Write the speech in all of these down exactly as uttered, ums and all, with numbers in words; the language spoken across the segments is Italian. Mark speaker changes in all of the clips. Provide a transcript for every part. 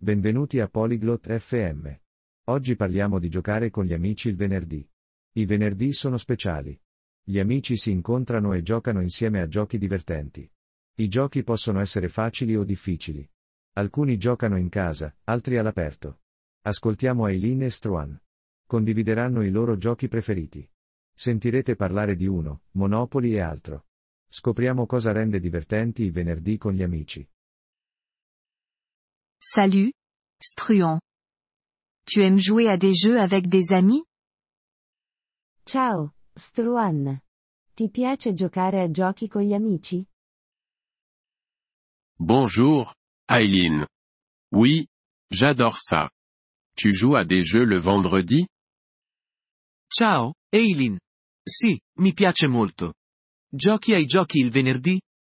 Speaker 1: Benvenuti a Polyglot F M. Oggi parliamo di giocare con gli amici il venerdì. I venerdì sono speciali. Gli amici si incontrano e giocano insieme a giochi divertenti. I giochi possono essere facili o difficili. Alcuni giocano in casa, altri all'aperto. Ascoltiamo Aileen e Struan. Condivideranno i loro giochi preferiti. Sentirete parlare di Uno, Monopoli e altro. Scopriamo cosa rende divertenti i venerdì con gli amici.
Speaker 2: Salut, Struan. Tu aimes jouer à des jeux avec des amis?
Speaker 3: Ciao, Struan. Ti piace giocare a giochi con gli amici?
Speaker 4: Bonjour, Aileen. Oui, j'adore ça. Tu joues à des jeux le vendredi?
Speaker 5: Ciao, Aileen. Sì, mi piace molto. Giochi ai giochi il venerdì?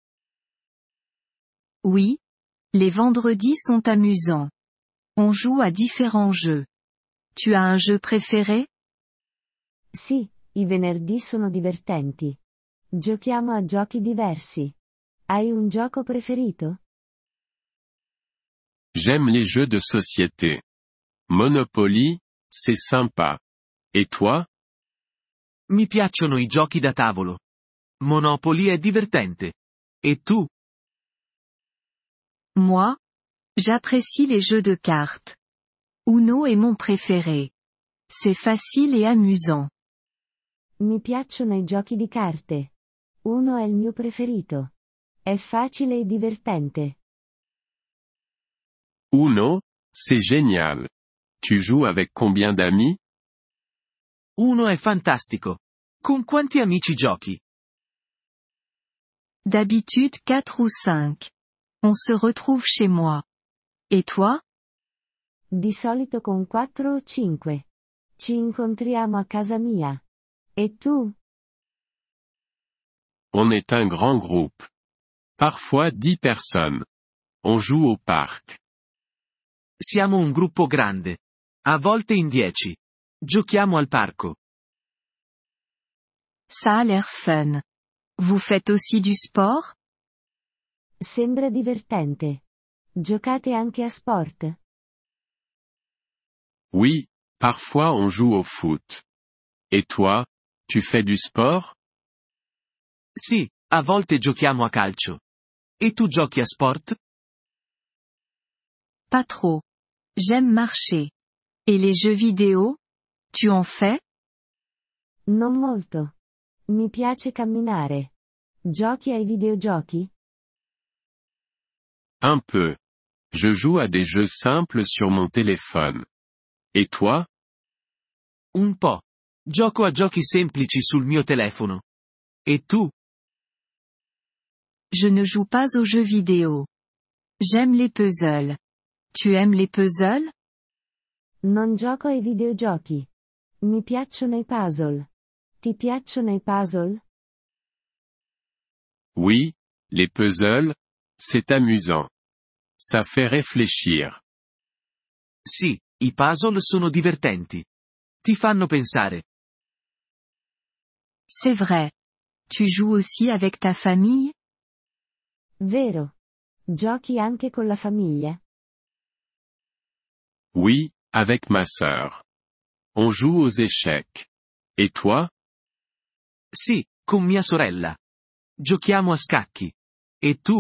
Speaker 2: Oui. Les vendredis sont amusants. On joue à différents jeux. Tu as un jeu préféré?
Speaker 3: Sì, i venerdì sono divertenti. Giochiamo a giochi diversi. Hai un gioco preferito?
Speaker 4: J'aime les jeux de société. Monopoly, c'est sympa. Et toi?
Speaker 5: Mi piacciono i giochi da tavolo. Monopoly è divertente. E tu?
Speaker 2: Moi? J'apprécie les jeux de cartes. Uno est mon préféré. C'est facile et amusant.
Speaker 3: Mi piacciono i giochi di carte. Uno è il mio preferito. È facile e divertente.
Speaker 4: Uno, c'est génial. Tu joues avec combien d'amis?
Speaker 5: Uno è fantastico. Con quanti amici giochi?
Speaker 2: D'habitude quatre ou cinq. On se retrouve chez moi. Et toi?
Speaker 3: Di solito con quattro o cinque. Ci incontriamo a casa mia. E tu?
Speaker 4: On est un grand groupe. Parfois dix personnes. On joue au parc.
Speaker 5: Siamo un gruppo grande. A volte in dieci. Giochiamo al parco.
Speaker 2: Ça a l'air fun. Vous faites aussi du sport?
Speaker 3: Sembra divertente. Giocate anche a sport?
Speaker 4: Oui, parfois on joue au foot. Et toi, tu fais du sport?
Speaker 5: Sì, a volte giochiamo a calcio. E tu giochi a sport?
Speaker 2: Pas trop. J'aime marcher. Et les jeux vidéo? Tu en fais?
Speaker 3: Non molto. Mi piace camminare. Giochi ai videogiochi?
Speaker 4: Un peu. Je joue à des jeux simples sur mon téléphone. Et toi?
Speaker 5: Un po'. Gioco a giochi semplici sul mio telefono. E tu?
Speaker 2: Je ne joue pas aux jeux vidéo. J'aime les puzzles. Tu aimes les puzzles?
Speaker 3: Non gioco ai videogiochi. Mi piacciono i puzzle. Ti piacciono i puzzle?
Speaker 4: Oui, les puzzles, c'est amusant. Ça fait réfléchir.
Speaker 5: Sì, i puzzle sono divertenti. Ti fanno pensare.
Speaker 2: C'est vrai. Tu joues aussi avec ta famille?
Speaker 3: Vero. Giochi anche con la famiglia?
Speaker 4: Oui, avec ma sœur. On joue aux échecs. Et toi?
Speaker 5: Sì, con mia sorella. Giochiamo a scacchi. E tu?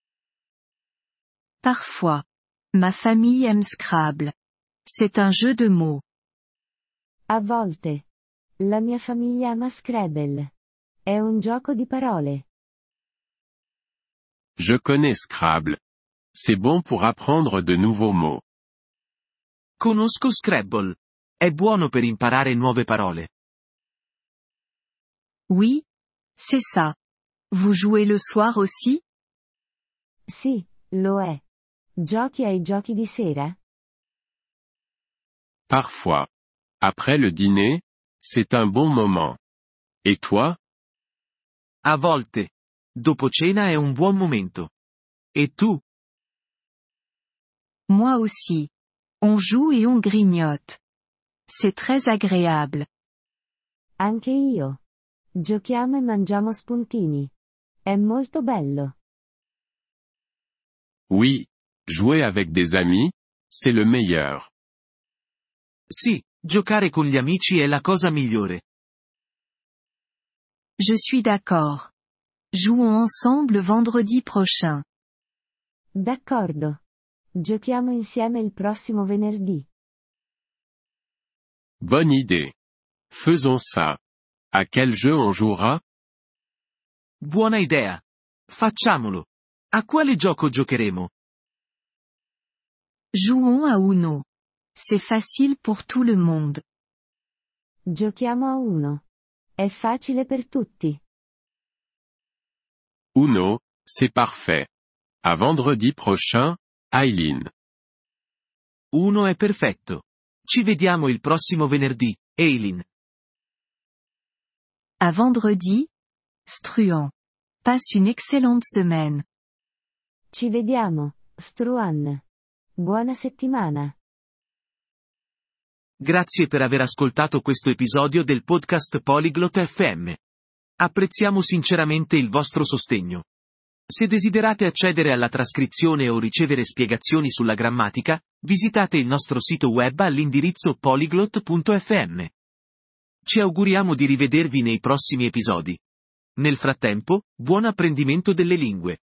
Speaker 2: Parfois. Ma famille aime Scrabble. C'est un jeu de mots.
Speaker 3: A volte. La mia famiglia ama Scrabble. È un gioco di parole.
Speaker 4: Je connais Scrabble. C'est bon pour apprendre de nouveaux mots.
Speaker 5: Conosco Scrabble. È buono per imparare nuove parole.
Speaker 2: Oui. C'est ça. Vous jouez le soir aussi?
Speaker 3: Sì, lo è. Giochi ai giochi di sera?
Speaker 4: Parfois. Après le dîner, c'est un bon moment. Et toi?
Speaker 5: A volte. Dopo cena è un buon momento. E tu?
Speaker 2: Moi aussi. On joue et on grignote. C'est très agréable.
Speaker 3: Anche io. Giochiamo e mangiamo spuntini. È molto bello.
Speaker 4: Oui, jouer avec des amis, c'est le meilleur.
Speaker 5: Sì, giocare con gli amici è la cosa migliore.
Speaker 2: Je suis d'accord. Jouons ensemble vendredi prochain.
Speaker 3: D'accordo. Giochiamo insieme il prossimo venerdì.
Speaker 4: Bonne idée. Faisons ça. À quel jeu on jouera?
Speaker 5: Buona idea. Facciamolo. A quale gioco giocheremo?
Speaker 2: Jouons à Uno. C'est facile pour tout le monde.
Speaker 3: Giochiamo a uno. È facile per tutti.
Speaker 4: Uno, c'est parfait. À vendredi prochain, Eileen.
Speaker 5: Uno è perfetto. Ci vediamo il prossimo venerdì, Eileen.
Speaker 2: À vendredi, Struan. Passe une excellente semaine.
Speaker 3: Ci vediamo, Struan. Buona settimana.
Speaker 5: Grazie per aver ascoltato questo episodio del podcast Polyglot F M. Apprezziamo sinceramente il vostro sostegno. Se desiderate accedere alla trascrizione o ricevere spiegazioni sulla grammatica, visitate il nostro sito web all'indirizzo polyglot punto f m. Ci auguriamo di rivedervi nei prossimi episodi. Nel frattempo, buon apprendimento delle lingue.